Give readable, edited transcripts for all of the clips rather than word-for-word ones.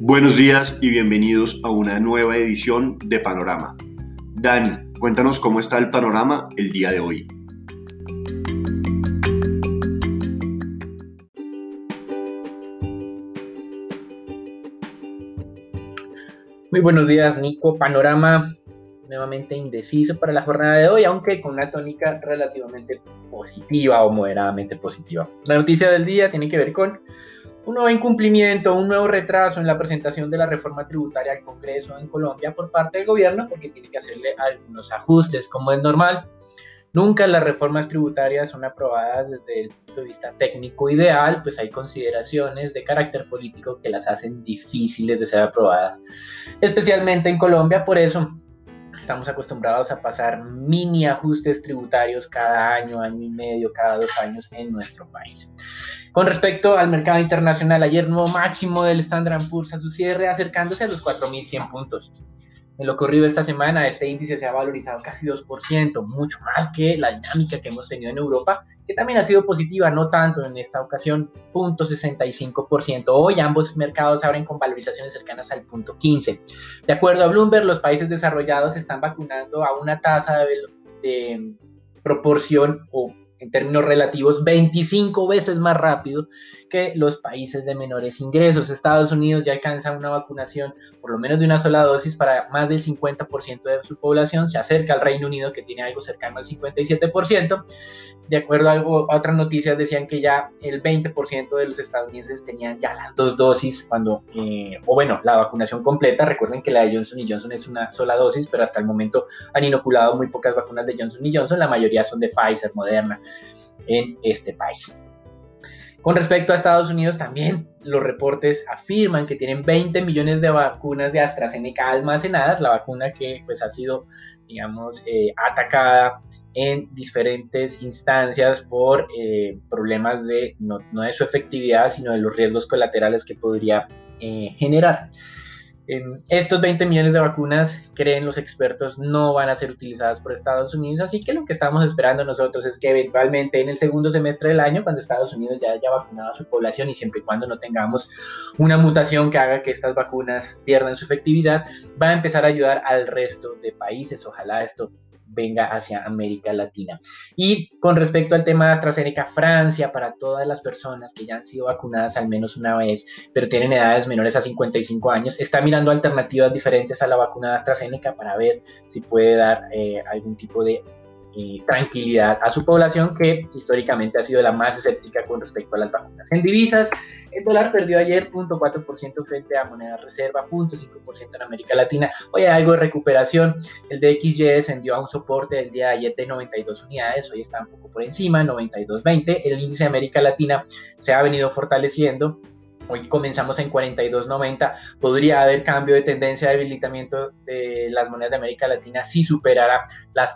Buenos días y bienvenidos a una nueva edición de Panorama. Dani, cuéntanos cómo está el panorama el día de hoy. Muy buenos días, Nico. Panorama nuevamente indeciso para la jornada de hoy, aunque con una tónica relativamente positiva o moderadamente positiva. La noticia del día tiene que ver con un nuevo incumplimiento, un nuevo retraso en la presentación de la reforma tributaria al Congreso en Colombia por parte del gobierno, porque tiene que hacerle algunos ajustes, como es normal. Nunca las reformas tributarias son aprobadas desde el punto de vista técnico ideal, pues hay consideraciones de carácter político que las hacen difíciles de ser aprobadas, especialmente en Colombia. Por eso estamos acostumbrados a pasar mini ajustes tributarios cada año, año y medio, cada 2 años en nuestro país. Con respecto al mercado internacional, ayer nuevo máximo del Standard & Poor's a su cierre, acercándose a los 4.100 puntos. En lo corrido esta semana, este índice se ha valorizado casi 2%, mucho más que la dinámica que hemos tenido en Europa, que también ha sido positiva, no tanto en esta ocasión, 0.65%. Hoy ambos mercados abren con valorizaciones cercanas al 0.15%. De acuerdo a Bloomberg, los países desarrollados están vacunando a una tasa de proporción o en términos relativos 25 veces más rápido que los países de menores ingresos. Estados Unidos ya alcanza una vacunación por lo menos de una sola dosis para más del 50% de su población, se acerca al Reino Unido, que tiene algo cercano al 57%. De acuerdo a otras noticias, decían que ya el 20% de los estadounidenses tenían ya las 2 dosis, la vacunación completa. Recuerden que la de Johnson & Johnson es una sola dosis, pero hasta el momento han inoculado muy pocas vacunas de Johnson & Johnson, la mayoría son de Pfizer, Moderna, en este país. Con respecto a Estados Unidos, también los reportes afirman que tienen 20 millones de vacunas de AstraZeneca almacenadas, la vacuna que pues ha sido, atacada en diferentes instancias por problemas no de su efectividad, sino de los riesgos colaterales que podría generar. Estos 20 millones de vacunas, creen los expertos, no van a ser utilizadas por Estados Unidos, así que lo que estamos esperando nosotros es que eventualmente en el segundo semestre del año, cuando Estados Unidos ya haya vacunado a su población y siempre y cuando no tengamos una mutación que haga que estas vacunas pierdan su efectividad, va a empezar a ayudar al resto de países. Ojalá esto venga hacia América Latina. Y con respecto al tema de AstraZeneca, Francia, para todas las personas que ya han sido vacunadas al menos una vez, pero tienen edades menores a 55 años, está mirando alternativas diferentes a la vacuna de AstraZeneca para ver si puede dar algún tipo de tranquilidad a su población, que históricamente ha sido la más escéptica con respecto a las vacunas. En divisas, el dólar perdió ayer 0.4% frente a moneda reserva, 0.5% en América Latina. Hoy hay algo de recuperación. El DXY descendió a un soporte del día de ayer de 92 unidades, hoy está un poco por encima, 92.20. El índice de América Latina se ha venido fortaleciendo. Hoy comenzamos en 42.90, podría haber cambio de tendencia de debilitamiento de las monedas de América Latina si superara las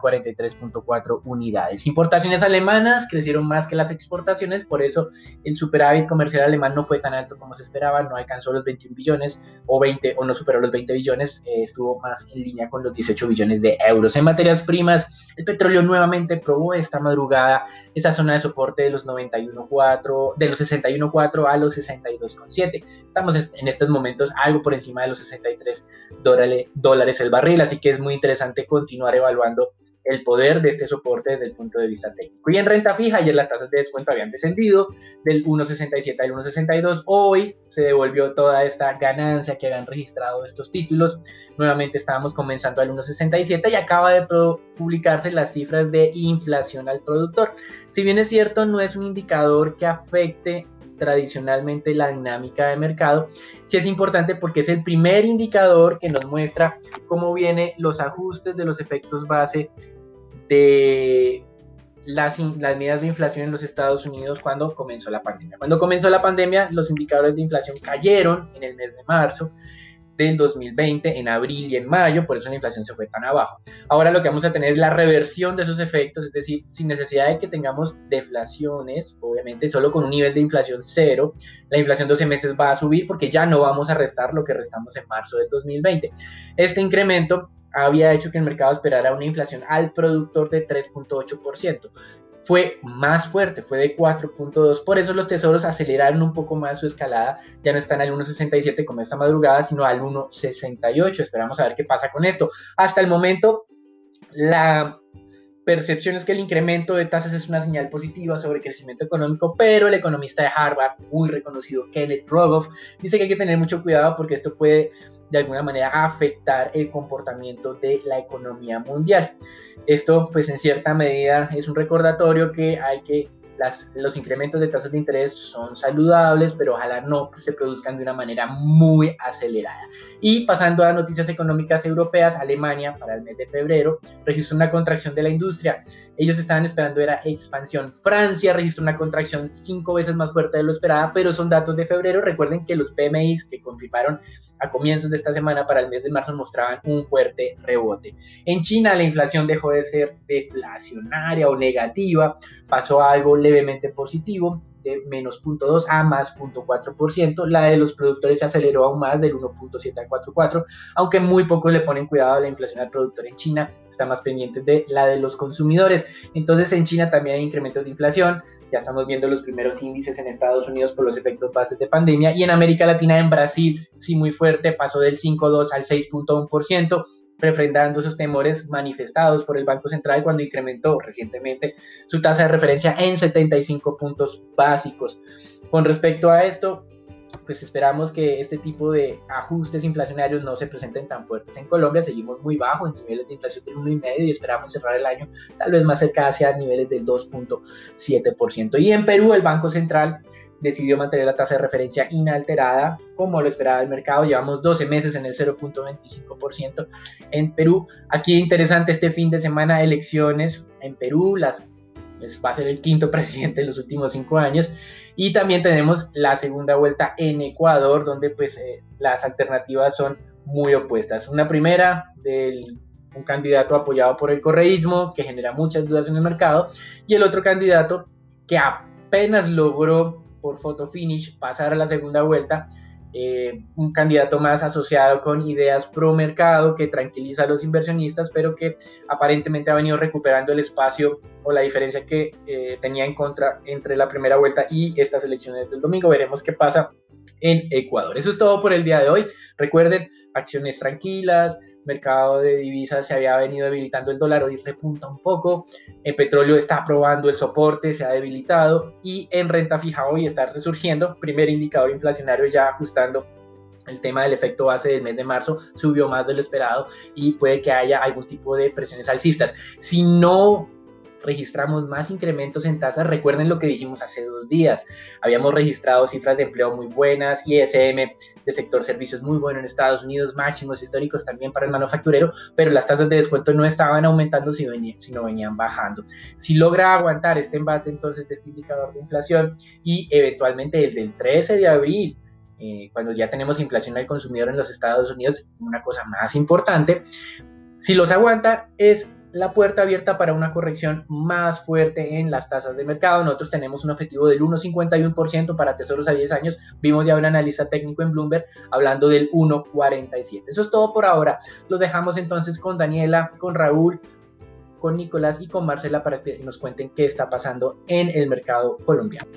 43.4 unidades. Importaciones alemanas crecieron más que las exportaciones, por eso el superávit comercial alemán no fue tan alto como se esperaba, no alcanzó los 21 billones o no superó los 20 billones, estuvo más en línea con los 18 billones de euros. En materias primas, el petróleo nuevamente probó esta madrugada esa zona de soporte de los 91.4, de los 61.4 a los 62.7. Estamos en estos momentos algo por encima de los 63 dólares el barril, así que es muy interesante continuar evaluando el poder de este soporte desde el punto de vista técnico. Y en renta fija, ayer las tasas de descuento habían descendido del 1.67 al 1.62, hoy se devolvió toda esta ganancia que habían registrado estos títulos, nuevamente estábamos comenzando al 1.67 y acaba de publicarse las cifras de inflación al productor. Si bien es cierto, no es un indicador que afecte tradicionalmente la dinámica de mercado, sí es importante porque es el primer indicador que nos muestra cómo vienen los ajustes de los efectos base de las medidas de inflación en los Estados Unidos cuando comenzó la pandemia. Cuando comenzó la pandemia, los indicadores de inflación cayeron en el mes de marzo del 2020, en abril y en mayo, por eso la inflación se fue tan abajo. Ahora lo que vamos a tener es la reversión de esos efectos, es decir, sin necesidad de que tengamos deflaciones, obviamente solo con un nivel de inflación cero, la inflación 12 meses va a subir porque ya no vamos a restar lo que restamos en marzo del 2020. Este incremento había hecho que el mercado esperara una inflación al productor de 3.8%. fue más fuerte, fue de 4.2. Por eso los tesoros aceleraron un poco más su escalada, ya no están al 1.67 como esta madrugada, sino al 1.68. Esperamos a ver qué pasa con esto. Hasta el momento, la percepción es que el incremento de tasas es una señal positiva sobre crecimiento económico, pero el economista de Harvard, muy reconocido, Kenneth Rogoff, dice que hay que tener mucho cuidado porque esto puede de alguna manera afectar el comportamiento de la economía mundial. Esto, pues en cierta medida, es un recordatorio que hay que los incrementos de tasas de interés son saludables, pero ojalá no se produzcan de una manera muy acelerada. Y pasando a noticias económicas europeas, Alemania para el mes de febrero registró una contracción de la industria. Ellos estaban esperando era expansión. Francia registró una contracción 5 veces más fuerte de lo esperada, pero son datos de febrero. Recuerden que los PMIs que confirmaron a comienzos de esta semana para el mes de marzo mostraban un fuerte rebote. En China la inflación dejó de ser deflacionaria o negativa, pasó a algo levemente positivo, de menos 0.2 a más 0.4%. La de los productores se aceleró aún más, del 1.7 al 4.4, aunque muy pocos le ponen cuidado a la inflación al productor en China, está más pendiente de la de los consumidores. Entonces en China también hay incrementos de inflación, ya estamos viendo los primeros índices en Estados Unidos por los efectos bases de pandemia, y en América Latina, en Brasil, sí muy fuerte, pasó del 5.2 al 6.1%, refrendando esos temores manifestados por el Banco Central cuando incrementó recientemente su tasa de referencia en 75 puntos básicos. Con respecto a esto, pues esperamos que este tipo de ajustes inflacionarios no se presenten tan fuertes en Colombia. Seguimos muy bajo en niveles de inflación del 1,5% y esperamos cerrar el año tal vez más cerca hacia niveles del 2.7%. Y en Perú el Banco Central decidió mantener la tasa de referencia inalterada como lo esperaba el mercado. Llevamos 12 meses en el 0.25% en Perú. Aquí interesante, este fin de semana elecciones en Perú, va a ser el quinto presidente de los últimos 5 años, y también tenemos la segunda vuelta en Ecuador, donde pues las alternativas son muy opuestas. Una primera un candidato apoyado por el correísmo, que genera muchas dudas en el mercado, y el otro candidato que apenas logró por photo finish pasar a la segunda vuelta, un candidato más asociado con ideas pro mercado que tranquiliza a los inversionistas, pero que aparentemente ha venido recuperando el espacio o la diferencia que tenía en contra entre la primera vuelta y estas elecciones del domingo. Veremos qué pasa en Ecuador. Eso es todo por el día de hoy. Recuerden, acciones tranquilas, mercado de divisas se había venido debilitando el dólar, hoy repunta un poco, el petróleo está probando el soporte, se ha debilitado, y en renta fija hoy está resurgiendo, primer indicador inflacionario ya ajustando el tema del efecto base del mes de marzo, subió más de lo esperado y puede que haya algún tipo de presiones alcistas. Si no registramos más incrementos en tasas, recuerden lo que dijimos hace 2 días, habíamos registrado cifras de empleo muy buenas, ISM de sector servicios muy bueno en Estados Unidos, máximos históricos también para el manufacturero, pero las tasas de descuento no estaban aumentando, sino venían bajando. Si logra aguantar este embate entonces de este indicador de inflación y eventualmente el del 13 de abril, cuando ya tenemos inflación al consumidor en los Estados Unidos, una cosa más importante, si los aguanta es la puerta abierta para una corrección más fuerte en las tasas de mercado. Nosotros tenemos un objetivo del 1.51% para tesoros a 10 años. Vimos ya un analista técnico en Bloomberg hablando del 1.47. Eso es todo por ahora. Los dejamos entonces con Daniela, con Raúl, con Nicolás y con Marcela para que nos cuenten qué está pasando en el mercado colombiano.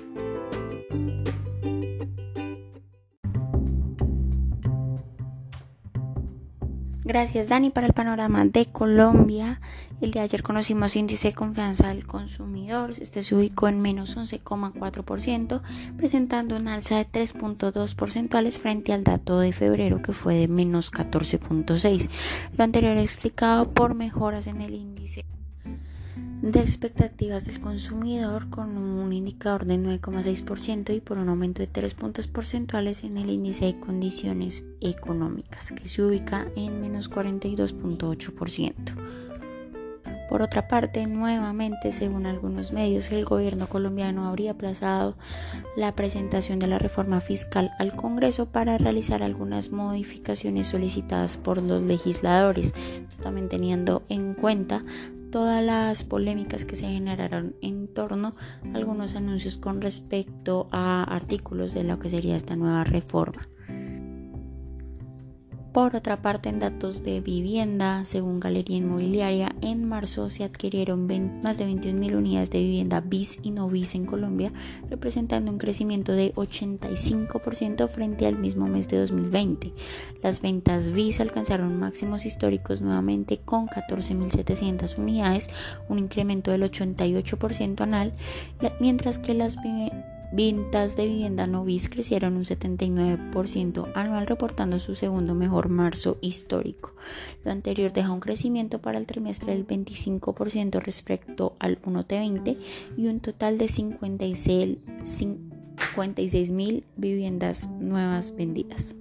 Gracias, Dani. Para el panorama de Colombia, el de ayer conocimos índice de confianza del consumidor. Este se ubicó en menos 11,4%, presentando un alza de 3.2 porcentuales frente al dato de febrero, que fue de menos 14.6. Lo anterior explicado por mejoras en el índice de expectativas del consumidor, con un indicador de 9,6% y por un aumento de 3 puntos porcentuales en el índice de condiciones económicas, que se ubica en menos 42.8%. Por otra parte, nuevamente, según algunos medios, el gobierno colombiano habría aplazado la presentación de la reforma fiscal al Congreso para realizar algunas modificaciones solicitadas por los legisladores, esto también teniendo en cuenta todas las polémicas que se generaron en torno a algunos anuncios con respecto a artículos de lo que sería esta nueva reforma. Por otra parte, en datos de vivienda, según Galería Inmobiliaria, en marzo se adquirieron más de 21.000 unidades de vivienda BIS y no BIS en Colombia, representando un crecimiento de 85% frente al mismo mes de 2020. Las ventas BIS alcanzaron máximos históricos nuevamente con 14.700 unidades, un incremento del 88% anual, mientras que las ventas de vivienda no BIS crecieron un 79% anual, reportando su segundo mejor marzo histórico. Lo anterior deja un crecimiento para el trimestre del 25% respecto al 1T20 y un total de 56.000 viviendas nuevas vendidas.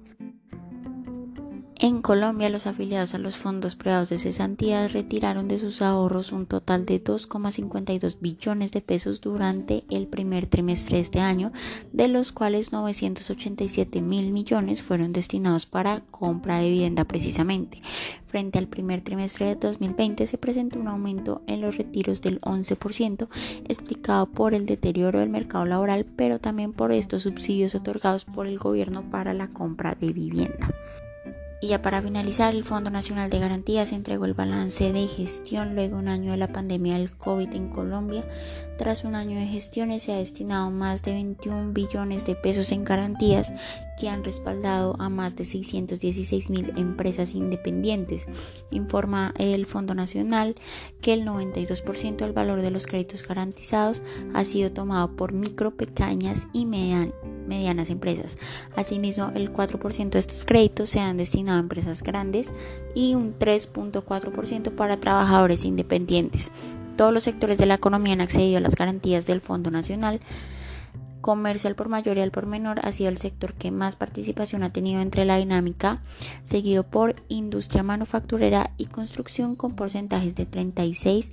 En Colombia, los afiliados a los fondos privados de cesantías retiraron de sus ahorros un total de 2,52 billones de pesos durante el primer trimestre de este año, de los cuales 987.000 millones fueron destinados para compra de vivienda precisamente. Frente al primer trimestre de 2020 se presentó un aumento en los retiros del 11%, explicado por el deterioro del mercado laboral, pero también por estos subsidios otorgados por el gobierno para la compra de vivienda. Y ya para finalizar, el Fondo Nacional de Garantías entregó el balance de gestión luego de un año de la pandemia del COVID en Colombia. Tras un año de gestiones se ha destinado más de 21 billones de pesos en garantías que han respaldado a más de 616.000 empresas independientes. Informa el Fondo Nacional que el 92% del valor de los créditos garantizados ha sido tomado por micro, pequeñas y medianas empresas. Asimismo, el 4% de estos créditos se han destinado a empresas grandes y un 3.4% para trabajadores independientes. Todos los sectores de la economía han accedido a las garantías del Fondo Nacional. Comercio al por mayor y al por menor ha sido el sector que más participación ha tenido entre la dinámica, seguido por industria manufacturera y construcción con porcentajes de 36%,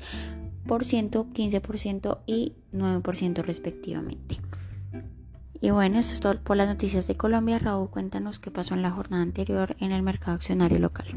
15% y 9% respectivamente. Y bueno, esto es todo por las noticias de Colombia. Raúl, cuéntanos qué pasó en la jornada anterior en el mercado accionario local.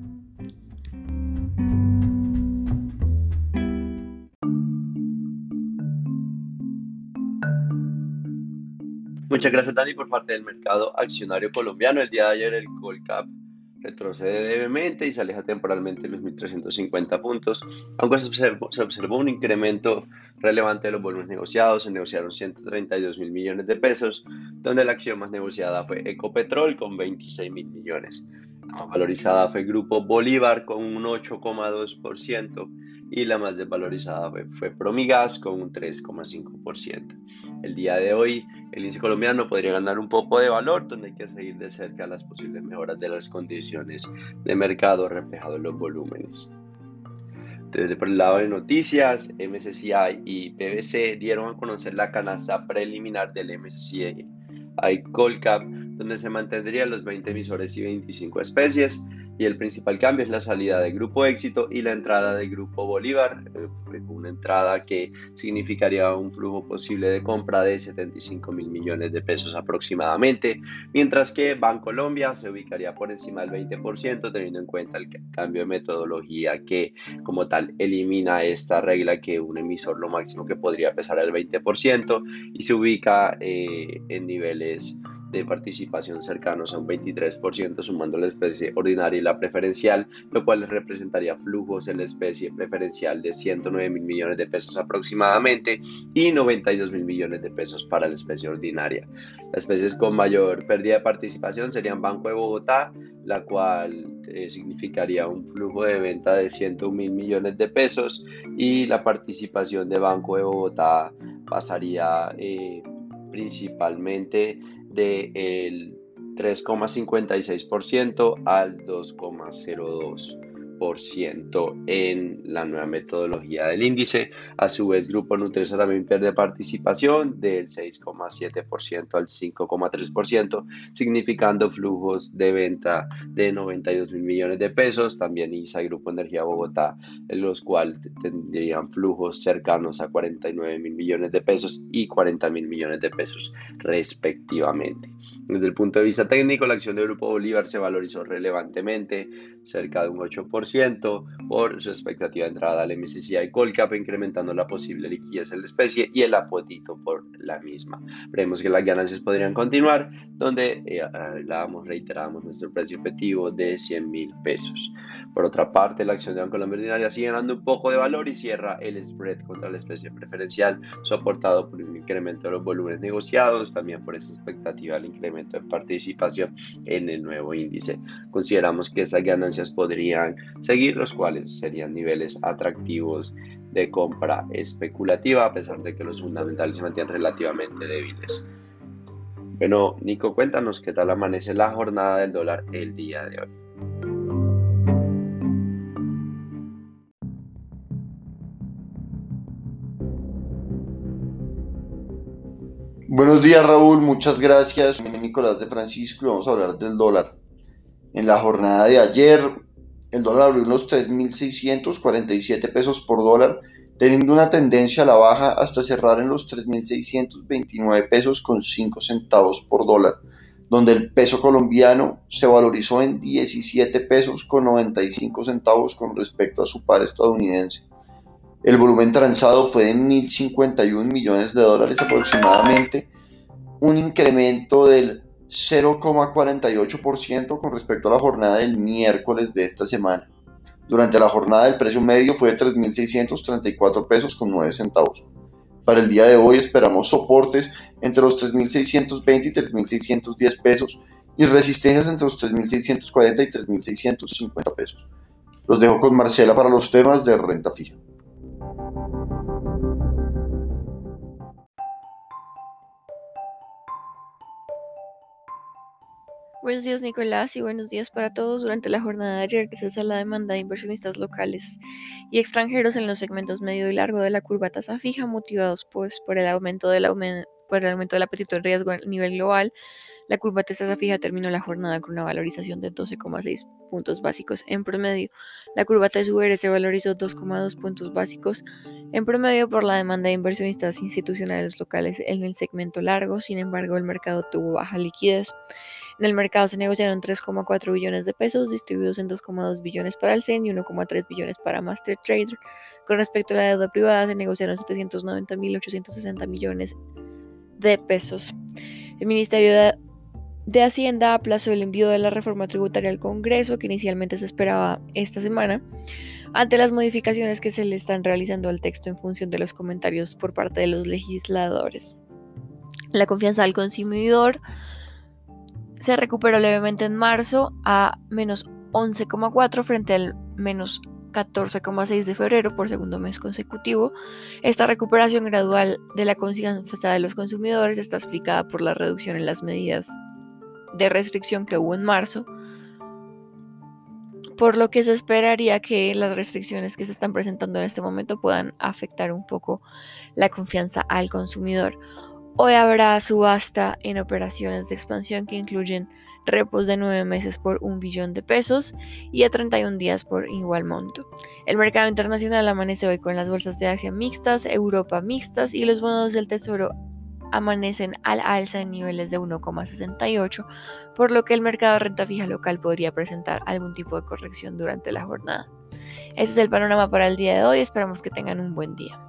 Muchas gracias, Dani, por parte del mercado accionario colombiano. El día de ayer el Colcap retrocede levemente y se aleja temporalmente de los 1.350 puntos, aunque se observó un incremento relevante de los volúmenes negociados. Se negociaron 132.000 millones de pesos, donde la acción más negociada fue Ecopetrol con 26.000 millones. La más valorizada fue Grupo Bolívar con un 8,2% y la más desvalorizada fue Promigas con un 3,5%. El día de hoy el índice colombiano podría ganar un poco de valor, donde hay que seguir de cerca las posibles mejoras de las condiciones de mercado reflejado en los volúmenes. Desde por el lado de noticias, MSCI y PwC dieron a conocer la canasta preliminar del MSCI Colcap, donde se mantendrían los 20 emisores y 25 especies, y el principal cambio es la salida de Grupo Éxito y la entrada de Grupo Bolívar, una entrada que significaría un flujo posible de compra de 75.000 millones de pesos aproximadamente, mientras que Bancolombia se ubicaría por encima del 20%, teniendo en cuenta el cambio de metodología que como tal elimina esta regla que un emisor lo máximo que podría pesar el 20% y se ubica en niveles de participación cercanos a un 23%, sumando la especie ordinaria y la preferencial, lo cual representaría flujos en la especie preferencial de 109.000 millones de pesos aproximadamente y 92.000 millones de pesos para la especie ordinaria. Las especies con mayor pérdida de participación serían Banco de Bogotá, la cual significaría un flujo de venta de 101.000 millones de pesos, y la participación de Banco de Bogotá pasaría principalmente del 3,56% al 2,02% en la nueva metodología del índice. A su vez, Grupo Nutresa también pierde participación del 6,7% al 5,3%, significando flujos de venta de 92.000 millones de pesos. También ISA y Grupo Energía Bogotá, en los cuales tendrían flujos cercanos a 49.000 millones de pesos y 40.000 millones de pesos respectivamente. Desde el punto de vista técnico, la acción de Grupo Bolívar se valorizó relevantemente, cerca de un 8%, por su expectativa de entrada al MSCI Colcap, incrementando la posible liquidez en la especie y el apetito por la misma. Creemos que las ganancias podrían continuar, donde reiteramos nuestro precio objetivo de 100.000 pesos. Por otra parte, la acción de Bancolombia Ordinaria sigue ganando un poco de valor y cierra el spread contra la especie preferencial, soportado por un incremento de los volúmenes negociados, también por esa expectativa del incremento de participación en el nuevo índice. Consideramos que esas ganancias podrían seguir, los cuales serían niveles atractivos de compra especulativa, a pesar de que los fundamentales se mantienen relativamente débiles. Bueno, Nico, cuéntanos qué tal amanece la jornada del dólar el día de hoy. Buenos días, Raúl, muchas gracias. Soy Nicolás de Francisco y vamos a hablar del dólar. En la jornada de ayer, el dólar abrió unos 3.647 pesos por dólar, teniendo una tendencia a la baja hasta cerrar en los 3.629 pesos con 5 centavos por dólar, donde el peso colombiano se valorizó en 17 pesos con 95 centavos con respecto a su par estadounidense. El volumen transado fue de 1.051 millones de dólares aproximadamente, un incremento del 0,48% con respecto a la jornada del miércoles de esta semana. Durante la jornada el precio medio fue de 3.634 pesos con 9 centavos. Para el día de hoy esperamos soportes entre los 3.620 y 3.610 pesos y resistencias entre los 3.640 y 3.650 pesos. Los dejo con Marcela para los temas de renta fija. Buenos días, Nicolás, y buenos días para todos. Durante la jornada de ayer, gracias a la demanda de inversionistas locales y extranjeros en los segmentos medio y largo de la curva tasa fija, motivados pues por el aumento del apetito de riesgo a nivel global, la curva de tasa fija terminó la jornada con una valorización de 12,6 puntos básicos en promedio. La curva TSUR se valorizó 2,2 puntos básicos en promedio por la demanda de inversionistas institucionales locales en el segmento largo. Sin embargo, el mercado tuvo baja liquidez. En el mercado se negociaron 3,4 billones de pesos, distribuidos en 2,2 billones para el CEN y 1,3 billones para Master Trader. Con respecto a la deuda privada, se negociaron 790.860 millones de pesos. El Ministerio de Hacienda aplazó el envío de la reforma tributaria al Congreso, que inicialmente se esperaba esta semana, ante las modificaciones que se le están realizando al texto en función de los comentarios por parte de los legisladores. La confianza del consumidor se recuperó levemente en marzo a menos 11,4 frente al menos 14,6 de febrero por segundo mes consecutivo. Esta recuperación gradual de la confianza de los consumidores está explicada por la reducción en las medidas de restricción que hubo en marzo, por lo que se esperaría que las restricciones que se están presentando en este momento puedan afectar un poco la confianza al consumidor. Hoy habrá subasta en operaciones de expansión que incluyen repos de 9 meses por 1 billón de pesos y a 31 días por igual monto. El mercado internacional amanece hoy con las bolsas de Asia mixtas, Europa mixtas y los bonos del Tesoro amanecen al alza en niveles de 1,68, por lo que el mercado de renta fija local podría presentar algún tipo de corrección durante la jornada. Ese es el panorama para el día de hoy, esperamos que tengan un buen día.